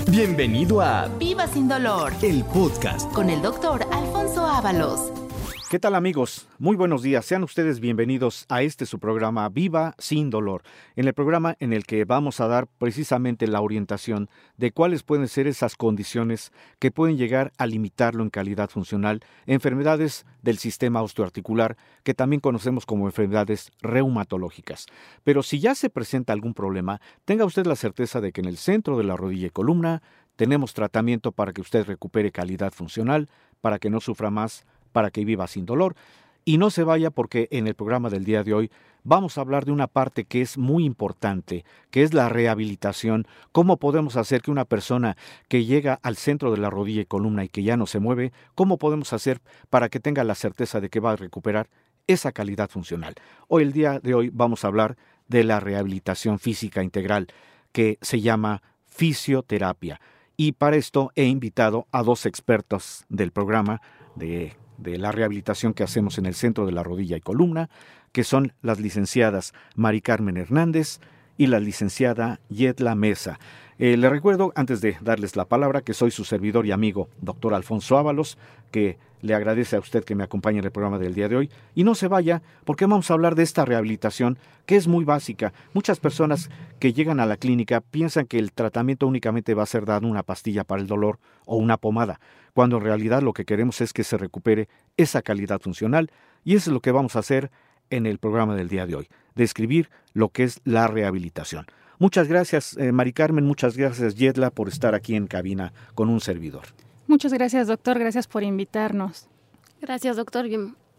Bienvenido a Viva Sin Dolor, el podcast con el doctor Alfonso Ábalos. ¿Qué tal, amigos? Muy buenos días. Sean ustedes bienvenidos a su programa Viva Sin Dolor, en el programa en el que vamos a dar precisamente la orientación de cuáles pueden ser esas condiciones que pueden llegar a limitarlo en calidad funcional, enfermedades del sistema osteoarticular, que también conocemos como enfermedades reumatológicas. Pero si ya se presenta algún problema, tenga usted la certeza de que en el centro de la rodilla y columna tenemos tratamiento para que usted recupere calidad funcional, para que no sufra más, para que viva sin dolor. Y no se vaya, porque en el programa del día de hoy vamos a hablar de una parte que es muy importante, que es la rehabilitación. ¿Cómo podemos hacer que una persona que llega al centro de la rodilla y columna y que ya no se mueve, cómo podemos hacer para que tenga la certeza de que va a recuperar esa calidad funcional? Hoy, el día de hoy, vamos a hablar de la rehabilitación física integral, que se llama fisioterapia. Y para esto he invitado a dos expertos del programa de la rehabilitación que hacemos en el centro de la rodilla y columna, que son las licenciadas Mari Carmen Hernández y la licenciada Yetla Mesa. Le recuerdo, antes de darles la palabra, que soy su servidor y amigo, doctor Alfonso Ábalos, que le agradece a usted que me acompañe en el programa del día de hoy. Y no se vaya, porque vamos a hablar de esta rehabilitación, que es muy básica. Muchas personas que llegan a la clínica piensan que el tratamiento únicamente va a ser dar una pastilla para el dolor o una pomada, cuando en realidad lo que queremos es que se recupere esa calidad funcional, y eso es lo que vamos a hacer en el programa del día de hoy, describir lo que es la rehabilitación. Muchas gracias, Mari Carmen, muchas gracias, Yetla, por estar aquí en cabina con un servidor. Muchas gracias, doctor, gracias por invitarnos. Gracias, doctor.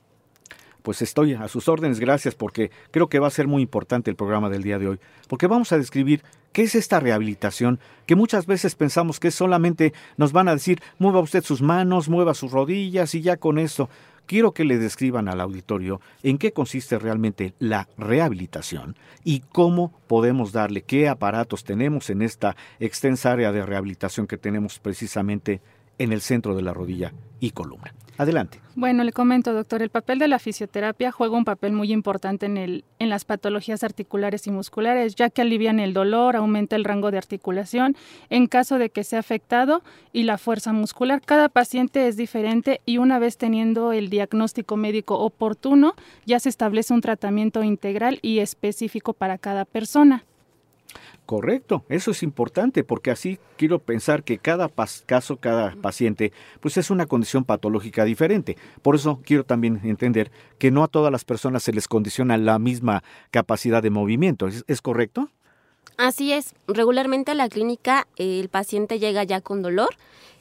Pues estoy a sus órdenes, gracias, porque creo que va a ser muy importante el programa del día de hoy, porque vamos a describir qué es esta rehabilitación, que muchas veces pensamos que solamente nos van a decir, mueva usted sus manos, mueva sus rodillas y ya con eso. Quiero que le describan al auditorio en qué consiste realmente la rehabilitación y cómo podemos darle, qué aparatos tenemos en esta extensa área de rehabilitación que tenemos precisamente en el centro de la rodilla y columna. Adelante. Bueno, le comento, doctor, el papel de la fisioterapia juega un papel muy importante en las patologías articulares y musculares, ya que alivian el dolor, aumenta el rango de articulación en caso de que sea afectado y la fuerza muscular. Cada paciente es diferente y una vez teniendo el diagnóstico médico oportuno, ya se establece un tratamiento integral y específico para cada persona. Correcto, eso es importante, porque así quiero pensar que cada caso, cada paciente, pues es una condición patológica diferente. Por eso quiero también entender que no a todas las personas se les condiciona la misma capacidad de movimiento. ¿Es correcto? Así es. Regularmente a la clínica el paciente llega ya con dolor.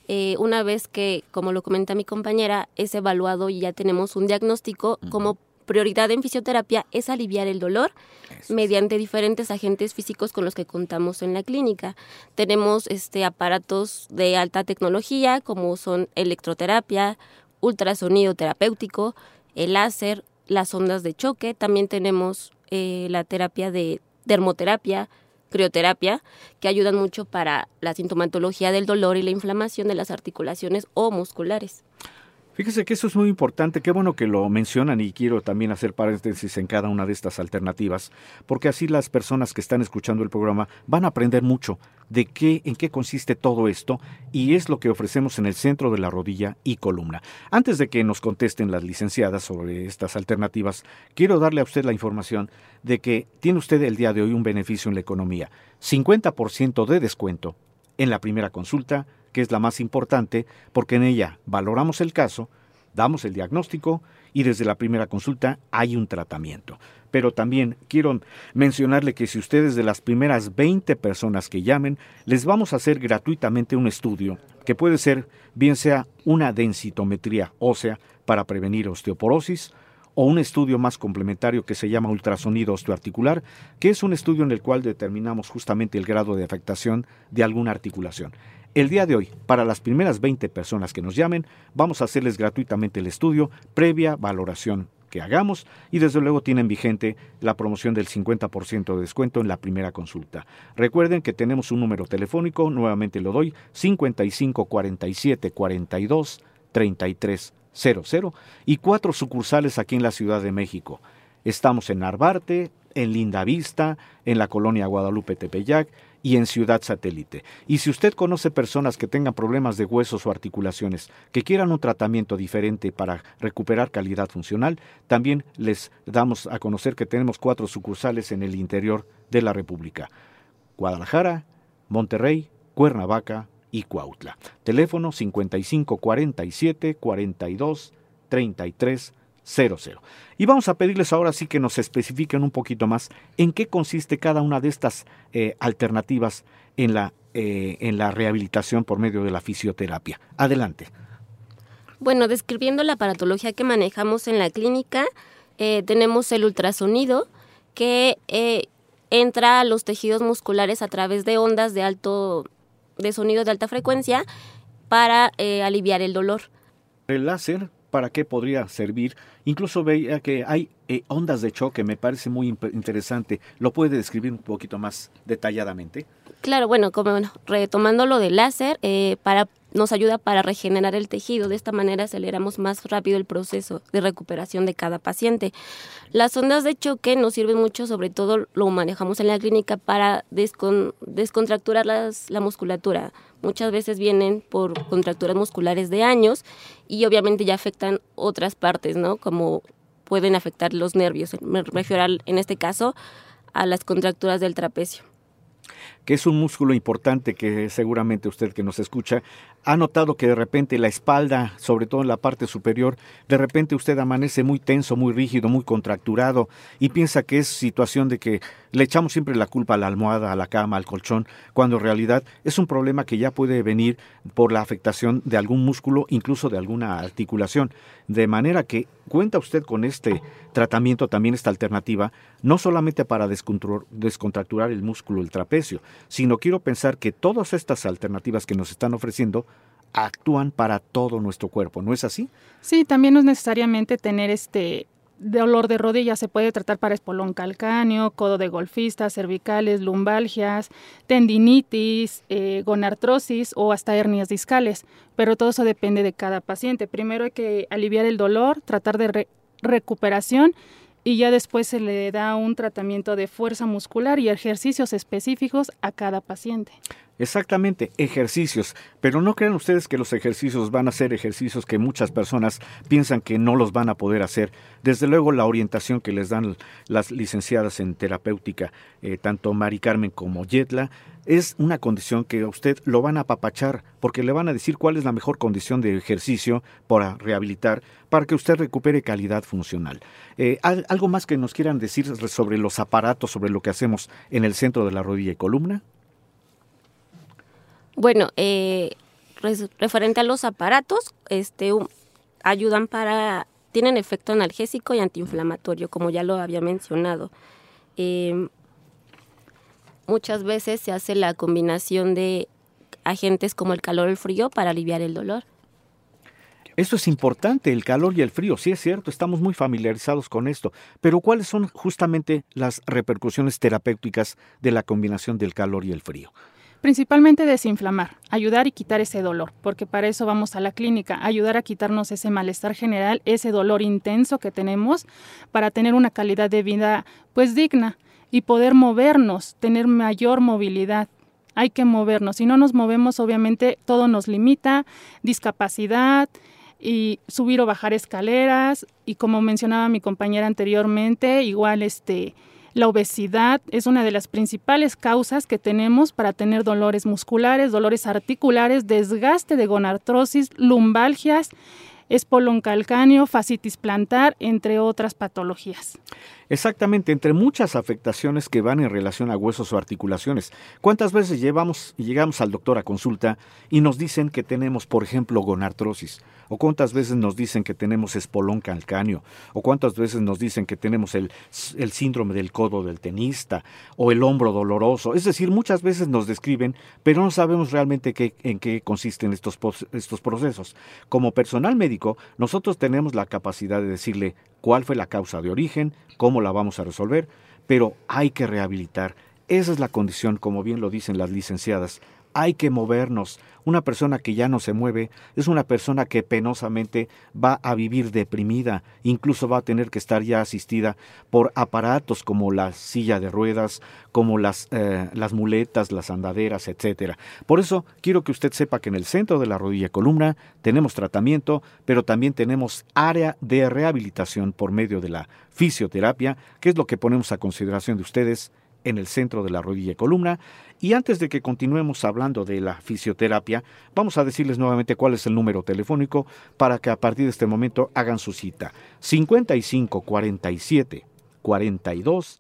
Una vez que, como lo comenta mi compañera, es evaluado y ya tenemos un diagnóstico, como prioridad en fisioterapia es aliviar el dolor mediante diferentes agentes físicos con los que contamos en la clínica. Tenemos aparatos de alta tecnología como son electroterapia, ultrasonido terapéutico, el láser, las ondas de choque. También tenemos la terapia de dermoterapia, crioterapia, que ayudan mucho para la sintomatología del dolor y la inflamación de las articulaciones o musculares. Fíjese que eso es muy importante, qué bueno que lo mencionan, y quiero también hacer paréntesis en cada una de estas alternativas, porque así las personas que están escuchando el programa van a aprender mucho de en qué consiste todo esto, y es lo que ofrecemos en el centro de la rodilla y columna. Antes de que nos contesten las licenciadas sobre estas alternativas, quiero darle a usted la información de que tiene usted el día de hoy un beneficio en la economía, 50% de descuento en la primera consulta, que es la más importante, porque en ella valoramos el caso, damos el diagnóstico y desde la primera consulta hay un tratamiento. Pero también quiero mencionarle que si ustedes de las primeras 20 personas que llamen, les vamos a hacer gratuitamente un estudio, que puede ser bien sea una densitometría ósea para prevenir osteoporosis, o un estudio más complementario que se llama ultrasonido osteoarticular, que es un estudio en el cual determinamos justamente el grado de afectación de alguna articulación. El día de hoy, para las primeras 20 personas que nos llamen, vamos a hacerles gratuitamente el estudio, previa valoración que hagamos, y desde luego tienen vigente la promoción del 50% de descuento en la primera consulta. Recuerden que tenemos un número telefónico, nuevamente lo doy, 55 47 42 33 00, y 4 sucursales aquí en la Ciudad de México. Estamos en Narvarte, en Lindavista, en la colonia Guadalupe Tepeyac y en Ciudad Satélite. Y si usted conoce personas que tengan problemas de huesos o articulaciones, que quieran un tratamiento diferente para recuperar calidad funcional, también les damos a conocer que tenemos 4 sucursales en el interior de la República: Guadalajara, Monterrey, Cuernavaca y Cuautla. Teléfono 5547-42-3300. Y vamos a pedirles ahora sí que nos especifiquen un poquito más en qué consiste cada una de estas alternativas en la rehabilitación por medio de la fisioterapia. Adelante. Bueno, describiendo la aparatología que manejamos en la clínica, tenemos el ultrasonido que entra a los tejidos musculares a través de ondas de sonido de alta frecuencia para aliviar el dolor. El láser, ¿para qué podría servir? Incluso veía que hay ondas de choque, me parece muy interesante. ¿Lo puede describir un poquito más detalladamente? Claro, retomando lo del láser, nos ayuda para regenerar el tejido. De esta manera aceleramos más rápido el proceso de recuperación de cada paciente. Las ondas de choque nos sirven mucho, sobre todo lo manejamos en la clínica para descontracturar la musculatura. Muchas veces vienen por contracturas musculares de años y obviamente ya afectan otras partes, ¿no? Como pueden afectar los nervios. Me refiero en este caso a las contracturas del trapecio, que es un músculo importante que seguramente usted que nos escucha ha notado que de repente la espalda, sobre todo en la parte superior, de repente usted amanece muy tenso, muy rígido, muy contracturado y piensa que es situación de que le echamos siempre la culpa a la almohada, a la cama, al colchón, cuando en realidad es un problema que ya puede venir por la afectación de algún músculo, incluso de alguna articulación. De manera que cuenta usted con este tratamiento, también esta alternativa, no solamente para descontracturar el músculo, el trapecio, sino quiero pensar que todas estas alternativas que nos están ofreciendo actúan para todo nuestro cuerpo, ¿no es así? Sí, también no es necesariamente tener dolor de rodilla, se puede tratar para espolón calcáneo, codo de golfista, cervicales, lumbalgias, tendinitis, gonartrosis o hasta hernias discales, pero todo eso depende de cada paciente. Primero hay que aliviar el dolor, tratar de recuperación y ya después se le da un tratamiento de fuerza muscular y ejercicios específicos a cada paciente. Exactamente, ejercicios, pero no crean ustedes que los ejercicios van a ser ejercicios que muchas personas piensan que no los van a poder hacer. Desde luego la orientación que les dan las licenciadas en terapéutica, tanto Mari Carmen como Yetla, es una condición que a usted lo van a apapachar porque le van a decir cuál es la mejor condición de ejercicio para rehabilitar, para que usted recupere calidad funcional. ¿Algo más que nos quieran decir sobre los aparatos, sobre lo que hacemos en el centro de la rodilla y columna? Bueno, referente a los aparatos, tienen efecto analgésico y antiinflamatorio, como ya lo había mencionado. Muchas veces se hace la combinación de agentes como el calor o el frío para aliviar el dolor. Esto es importante, el calor y el frío, sí es cierto, estamos muy familiarizados con esto, pero ¿cuáles son justamente las repercusiones terapéuticas de la combinación del calor y el frío? Principalmente desinflamar, ayudar y quitar ese dolor, porque para eso vamos a la clínica, ayudar a quitarnos ese malestar general, ese dolor intenso que tenemos para tener una calidad de vida pues digna y poder movernos, tener mayor movilidad. Hay que movernos, si no nos movemos obviamente todo nos limita, discapacidad y subir o bajar escaleras y como mencionaba mi compañera anteriormente, igual la obesidad es una de las principales causas que tenemos para tener dolores musculares, dolores articulares, desgaste de gonartrosis, lumbalgias, espolón calcáneo, fascitis plantar, entre otras patologías. Exactamente, entre muchas afectaciones que van en relación a huesos o articulaciones. ¿Cuántas veces llegamos al doctor a consulta y nos dicen que tenemos, por ejemplo, gonartrosis? ¿O cuántas veces nos dicen que tenemos espolón calcáneo? ¿O cuántas veces nos dicen que tenemos el síndrome del codo del tenista? ¿O el hombro doloroso? Es decir, muchas veces nos describen, pero no sabemos realmente en qué consisten estos procesos. Como personal médico, nosotros tenemos la capacidad de decirle cuál fue la causa de origen, cómo la vamos a resolver, pero hay que rehabilitar. Esa es la condición, como bien lo dicen las licenciadas. hay que movernos. Una persona que ya no se mueve es una persona que penosamente va a vivir deprimida, incluso va a tener que estar ya asistida por aparatos como la silla de ruedas, como las muletas, las andaderas, etcétera. Por eso quiero que usted sepa que en el centro de la rodilla y columna tenemos tratamiento, pero también tenemos área de rehabilitación por medio de la fisioterapia, que es lo que ponemos a consideración de ustedes en el centro de la rodilla y columna. Y antes de que continuemos hablando de la fisioterapia, vamos a decirles nuevamente cuál es el número telefónico para que a partir de este momento hagan su cita. 55 47 42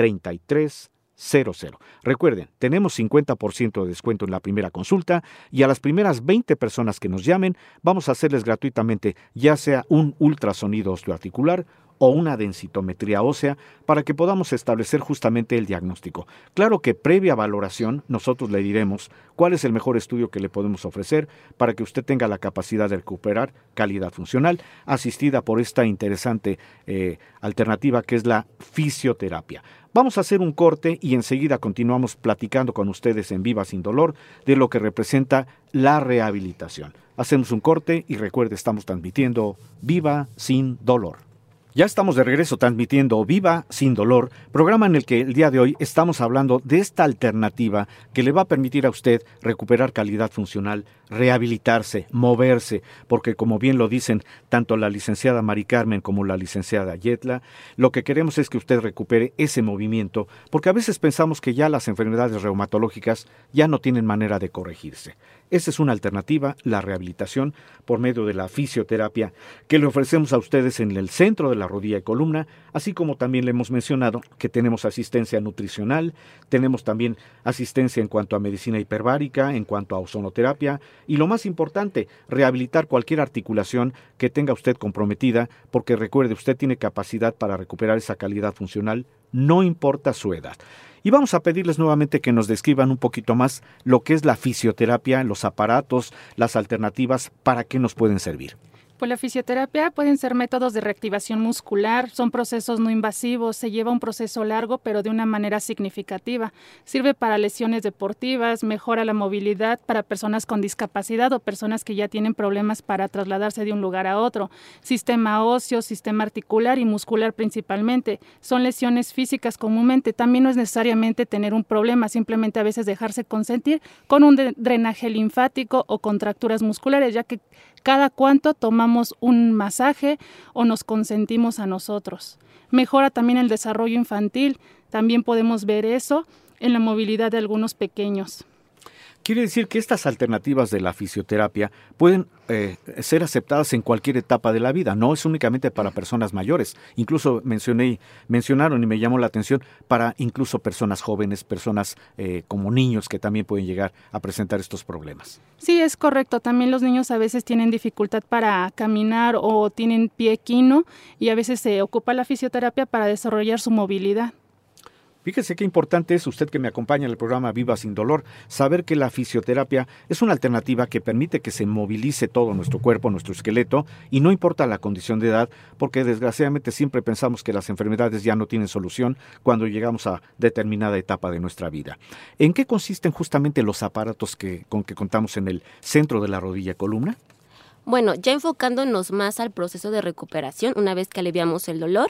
33 00. Recuerden, tenemos 50% de descuento en la primera consulta y a las primeras 20 personas que nos llamen vamos a hacerles gratuitamente ya sea un ultrasonido osteoarticular o una densitometría ósea para que podamos establecer justamente el diagnóstico. Claro que previa valoración nosotros le diremos cuál es el mejor estudio que le podemos ofrecer para que usted tenga la capacidad de recuperar calidad funcional asistida por esta interesante alternativa que es la fisioterapia. Vamos a hacer un corte y enseguida continuamos platicando con ustedes en Viva Sin Dolor de lo que representa la rehabilitación. Hacemos un corte y recuerde, estamos transmitiendo Viva Sin Dolor. Ya estamos de regreso transmitiendo Viva Sin Dolor, programa en el que el día de hoy estamos hablando de esta alternativa que le va a permitir a usted recuperar calidad funcional, rehabilitarse, moverse, porque como bien lo dicen tanto la licenciada Mari Carmen como la licenciada Yetla, lo que queremos es que usted recupere ese movimiento, porque a veces pensamos que ya las enfermedades reumatológicas ya no tienen manera de corregirse. Esa es una alternativa, la rehabilitación por medio de la fisioterapia que le ofrecemos a ustedes en el centro de la rodilla y columna, así como también le hemos mencionado que tenemos asistencia nutricional, tenemos también asistencia en cuanto a medicina hiperbárica, en cuanto a ozonoterapia y lo más importante, rehabilitar cualquier articulación que tenga usted comprometida, porque recuerde, usted tiene capacidad para recuperar esa calidad funcional, no importa su edad. Y vamos a pedirles nuevamente que nos describan un poquito más lo que es la fisioterapia, los aparatos, las alternativas, para qué nos pueden servir. Pues la fisioterapia pueden ser métodos de reactivación muscular, son procesos no invasivos, se lleva un proceso largo pero de una manera significativa. Sirve para lesiones deportivas, mejora la movilidad para personas con discapacidad o personas que ya tienen problemas para trasladarse de un lugar a otro. Sistema óseo, sistema articular y muscular principalmente. Son lesiones físicas comúnmente, también no es necesariamente tener un problema, simplemente a veces dejarse consentir con un drenaje linfático o contracturas musculares, ya que cada cuánto tomamos un masaje o nos consentimos a nosotros. Mejora también el desarrollo infantil, también podemos ver eso en la movilidad de algunos pequeños. Quiere decir que estas alternativas de la fisioterapia pueden ser aceptadas en cualquier etapa de la vida, no es únicamente para personas mayores, incluso mencionaron y me llamó la atención para incluso personas jóvenes, personas como niños que también pueden llegar a presentar estos problemas. Sí, es correcto, también los niños a veces tienen dificultad para caminar o tienen pie quino y a veces se ocupa la fisioterapia para desarrollar su movilidad. Fíjese qué importante es, usted que me acompaña en el programa Viva Sin Dolor, saber que la fisioterapia es una alternativa que permite que se movilice todo nuestro cuerpo, nuestro esqueleto, y no importa la condición de edad, porque desgraciadamente siempre pensamos que las enfermedades ya no tienen solución cuando llegamos a determinada etapa de nuestra vida. ¿En qué consisten justamente los aparatos con que contamos en el centro de la rodilla y columna? Bueno, ya enfocándonos más al proceso de recuperación, una vez que aliviamos el dolor,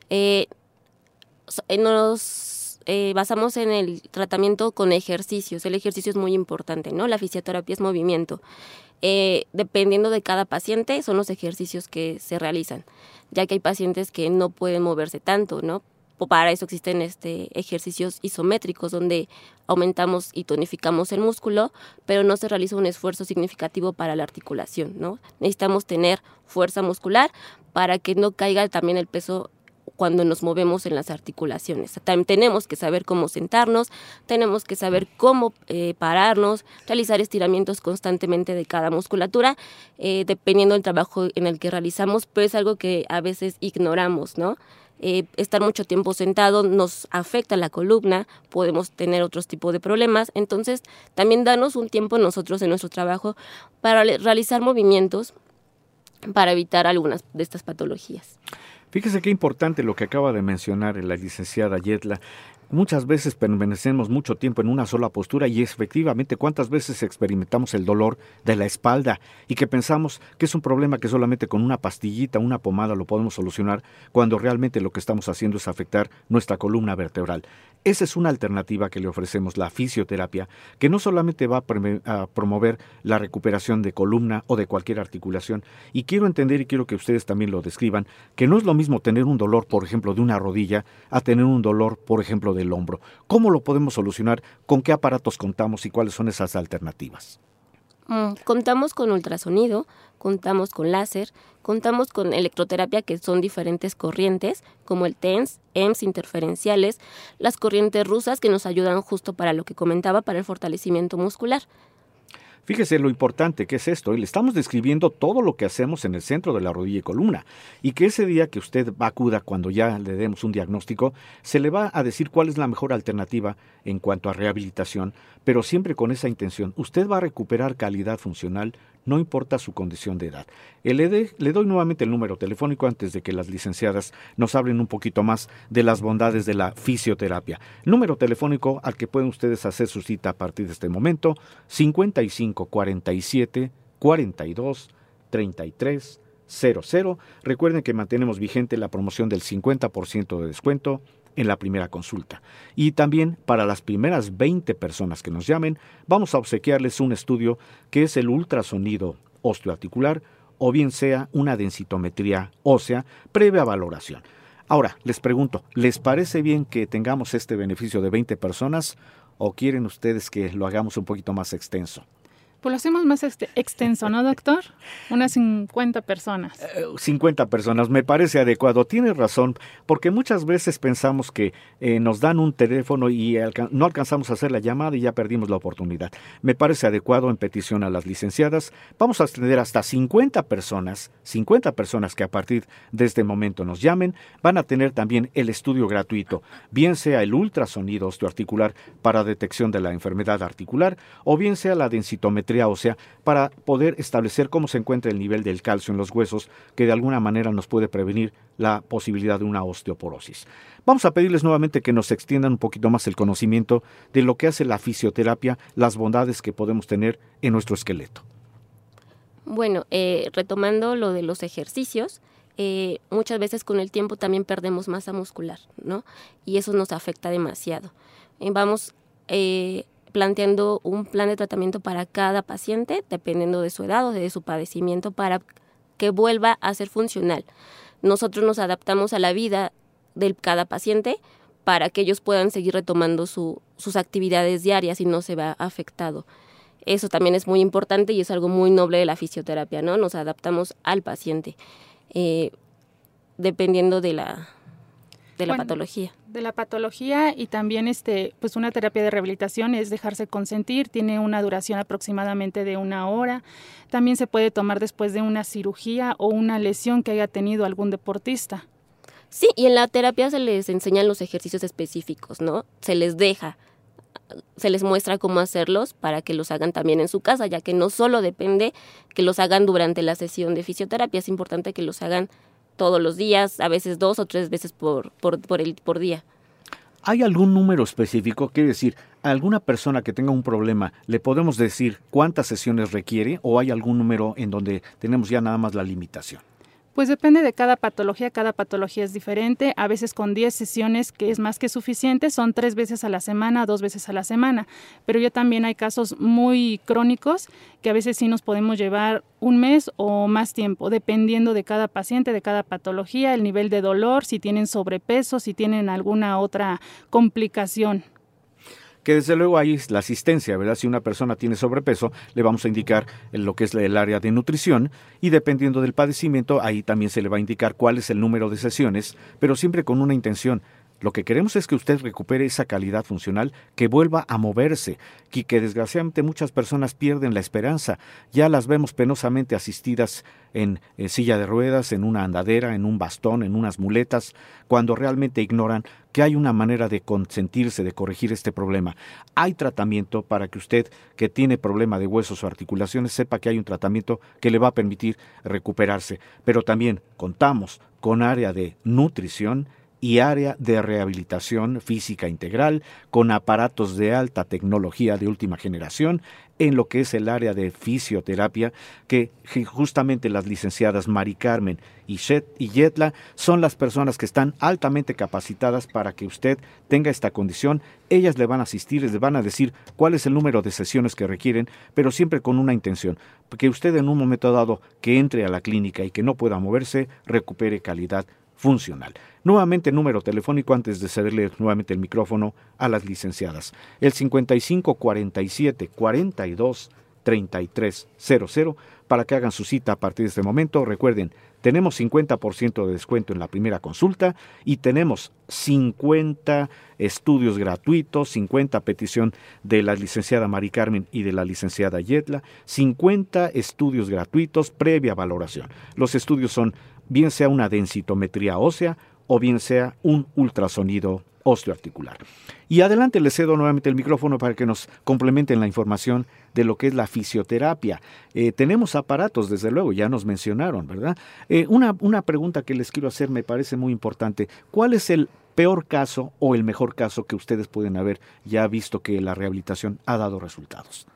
nos basamos en el tratamiento con ejercicios. El ejercicio es muy importante, ¿no? La fisioterapia es movimiento. Dependiendo de cada paciente, son los ejercicios que se realizan, ya que hay pacientes que no pueden moverse tanto, ¿no? Para eso existen ejercicios isométricos, donde aumentamos y tonificamos el músculo, pero no se realiza un esfuerzo significativo para la articulación, ¿no? Necesitamos tener fuerza muscular para que no caiga también el peso cuando nos movemos en las articulaciones. También tenemos que saber cómo sentarnos, tenemos que saber cómo pararnos, realizar estiramientos constantemente de cada musculatura, dependiendo del trabajo en el que realizamos, pero es algo que a veces ignoramos, ¿no? Estar mucho tiempo sentado nos afecta la columna, podemos tener otros tipos de problemas, entonces también darnos un tiempo nosotros en nuestro trabajo para realizar movimientos para evitar algunas de estas patologías. Fíjese qué importante lo que acaba de mencionar la licenciada Yetla. muchas veces permanecemos mucho tiempo en una sola postura y efectivamente cuántas veces experimentamos el dolor de la espalda y que pensamos que es un problema que solamente con una pastillita, una pomada lo podemos solucionar, cuando realmente lo que estamos haciendo es afectar nuestra columna vertebral. Esa es una alternativa que le ofrecemos, la fisioterapia, que no solamente va a promover la recuperación de columna o de cualquier articulación, y quiero entender y quiero que ustedes también lo describan, que no es lo mismo tener un dolor, por ejemplo, de una rodilla, a tener un dolor, por ejemplo, del hombro. ¿Cómo lo podemos solucionar? ¿Con qué aparatos contamos y cuáles son esas alternativas? Contamos con ultrasonido, contamos con láser, contamos con electroterapia, que son diferentes corrientes, como el TENS, EMS interferenciales, las corrientes rusas que nos ayudan justo para lo que comentaba, para el fortalecimiento muscular. Fíjese lo importante que es esto, y le estamos describiendo todo lo que hacemos en el centro de la rodilla y columna, y que ese día que usted acuda cuando ya le demos un diagnóstico, se le va a decir cuál es la mejor alternativa en cuanto a rehabilitación, pero siempre con esa intención. Usted va a recuperar calidad funcional, no importa su condición de edad. Le doy nuevamente el número telefónico antes de que las licenciadas nos hablen un poquito más de las bondades de la fisioterapia. Número telefónico al que pueden ustedes hacer su cita a partir de este momento, 55 47 42 33 00. Recuerden que mantenemos vigente la promoción del 50% de descuento en la primera consulta. Y también para las primeras 20 personas que nos llamen, vamos a obsequiarles un estudio que es el ultrasonido osteoarticular o bien sea una densitometría ósea previa valoración. Ahora, les pregunto, ¿les parece bien que tengamos este beneficio de 20 personas o quieren ustedes que lo hagamos un poquito más extenso? Pues lo hacemos más extenso, ¿no, doctor? Unas 50 personas. 50 personas, me parece adecuado. Tiene razón, porque muchas veces pensamos que nos dan un teléfono y no alcanzamos a hacer la llamada y ya perdimos la oportunidad. Me parece adecuado en petición a las licenciadas. Vamos a tener hasta 50 personas que a partir de este momento nos llamen. Van a tener también el estudio gratuito, bien sea el ultrasonido osteoarticular para detección de la enfermedad articular o bien sea la densitometría ósea para poder establecer cómo se encuentra el nivel del calcio en los huesos, que de alguna manera nos puede prevenir la posibilidad de una osteoporosis. Vamos a pedirles nuevamente que nos extiendan un poquito más el conocimiento de lo que hace la fisioterapia, las bondades que podemos tener en nuestro esqueleto. Bueno, retomando lo de los ejercicios, muchas veces con el tiempo también perdemos masa muscular, ¿no? Y eso nos afecta demasiado. Vamos planteando un plan de tratamiento para cada paciente, dependiendo de su edad o de su padecimiento, para que vuelva a ser funcional. Nosotros nos adaptamos a la vida de cada paciente para que ellos puedan seguir retomando sus actividades diarias y no se vea afectado. Eso también es muy importante y es algo muy noble de la fisioterapia, ¿no? Nos adaptamos al paciente, dependiendo de la patología. De la patología y también pues una terapia de rehabilitación es dejarse consentir, tiene una duración aproximadamente de 1 hora. También se puede tomar después de una cirugía o una lesión que haya tenido algún deportista. Sí, y en la terapia se les enseñan los ejercicios específicos, ¿no? Se les muestra cómo hacerlos para que los hagan también en su casa, ya que no solo depende que los hagan durante la sesión de fisioterapia, es importante que los hagan todos los días, a veces 2 o 3 veces por día. ¿Hay algún número específico? Quiere decir, ¿a alguna persona que tenga un problema le podemos decir cuántas sesiones requiere o hay algún número en donde tenemos ya nada más la limitación? Pues depende de cada patología es diferente, a veces con 10 sesiones, que es más que suficiente, son 3 veces a la semana, 2 veces a la semana, pero ya también hay casos muy crónicos que a veces sí nos podemos llevar 1 mes o más tiempo, dependiendo de cada paciente, de cada patología, el nivel de dolor, si tienen sobrepeso, si tienen alguna otra complicación. Que desde luego ahí es la asistencia, ¿verdad? Si una persona tiene sobrepeso, le vamos a indicar lo que es el área de nutrición y dependiendo del padecimiento, ahí también se le va a indicar cuál es el número de sesiones, pero siempre con una intención. Lo que queremos es que usted recupere esa calidad funcional, que vuelva a moverse, y que desgraciadamente muchas personas pierden la esperanza. Ya las vemos penosamente asistidas en silla de ruedas, en una andadera, en un bastón, en unas muletas, cuando realmente ignoran que hay una manera de consentirse, de corregir este problema. Hay tratamiento para que usted, que tiene problema de huesos o articulaciones, sepa que hay un tratamiento que le va a permitir recuperarse. Pero también contamos con área de nutrición y área de rehabilitación física integral con aparatos de alta tecnología de última generación en lo que es el área de fisioterapia, que justamente las licenciadas Mari Carmen y Yetla son las personas que están altamente capacitadas para que usted tenga esta condición. Ellas le van a asistir, les van a decir cuál es el número de sesiones que requieren, pero siempre con una intención, que usted en un momento dado que entre a la clínica y que no pueda moverse, recupere calidad funcional. Nuevamente número telefónico antes de cederle nuevamente el micrófono a las licenciadas. El 55 47 42 33 00 para que hagan su cita a partir de este momento. Recuerden, tenemos 50% de descuento en la primera consulta y tenemos 50 estudios gratuitos, 50 petición de la licenciada Mari Carmen y de la licenciada Yetla, 50 estudios gratuitos previa valoración. Los estudios son bien sea una densitometría ósea o bien sea un ultrasonido osteoarticular. Y adelante le cedo nuevamente el micrófono para que nos complementen la información de lo que es la fisioterapia. Tenemos aparatos, desde luego, ya nos mencionaron, ¿verdad? Una pregunta que les quiero hacer me parece muy importante. ¿Cuál es el peor caso o el mejor caso que ustedes pueden haber ya visto que la rehabilitación ha dado resultados?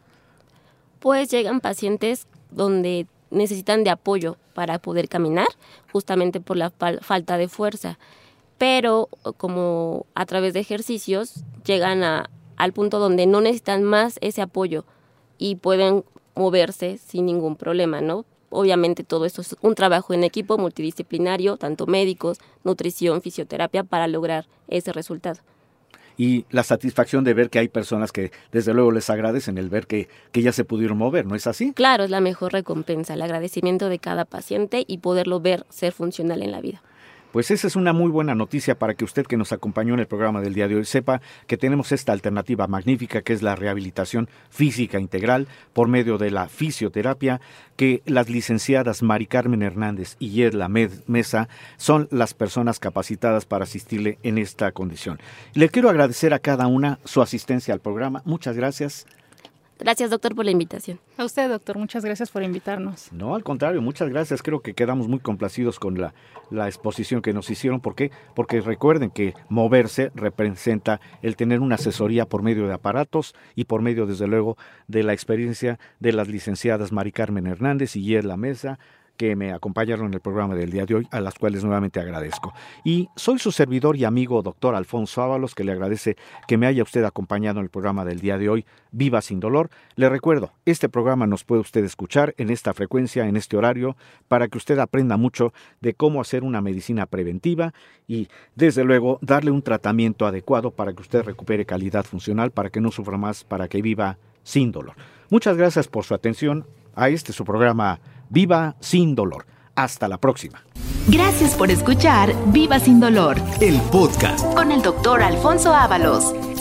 Pues llegan pacientes donde necesitan de apoyo para poder caminar, justamente por la falta de fuerza. Pero como a través de ejercicios llegan al punto donde no necesitan más ese apoyo y pueden moverse sin ningún problema, ¿no? Obviamente todo esto es un trabajo en equipo multidisciplinario, tanto médicos, nutrición, fisioterapia, para lograr ese resultado. Y la satisfacción de ver que hay personas que desde luego les agradecen el ver que ya se pudieron mover, ¿no es así? Claro, es la mejor recompensa, el agradecimiento de cada paciente y poderlo ver ser funcional en la vida. Pues esa es una muy buena noticia para que usted que nos acompañó en el programa del día de hoy sepa que tenemos esta alternativa magnífica que es la rehabilitación física integral por medio de la fisioterapia, que las licenciadas Mari Carmen Hernández y Yetla Mesa son las personas capacitadas para asistirle en esta condición. Le quiero agradecer a cada una su asistencia al programa. Muchas gracias. Gracias, doctor, por la invitación. A usted, doctor, muchas gracias por invitarnos. No, al contrario, muchas gracias. Creo que quedamos muy complacidos con la exposición que nos hicieron. ¿Por qué? Porque recuerden que moverse representa el tener una asesoría por medio de aparatos y por medio, desde luego, de la experiencia de las licenciadas Mari Carmen Hernández y Yetla Mesa, que me acompañaron en el programa del día de hoy, a las cuales nuevamente agradezco. Y soy su servidor y amigo, doctor Alfonso Ábalos, que le agradece que me haya usted acompañado en el programa del día de hoy, Viva Sin Dolor. Le recuerdo, este programa nos puede usted escuchar en esta frecuencia, en este horario, para que usted aprenda mucho de cómo hacer una medicina preventiva y, desde luego, darle un tratamiento adecuado para que usted recupere calidad funcional, para que no sufra más, para que viva sin dolor. Muchas gracias por su atención a su programa Viva Sin Dolor. Hasta la próxima. Gracias por escuchar Viva Sin Dolor, el podcast con el doctor Alfonso Ábalos.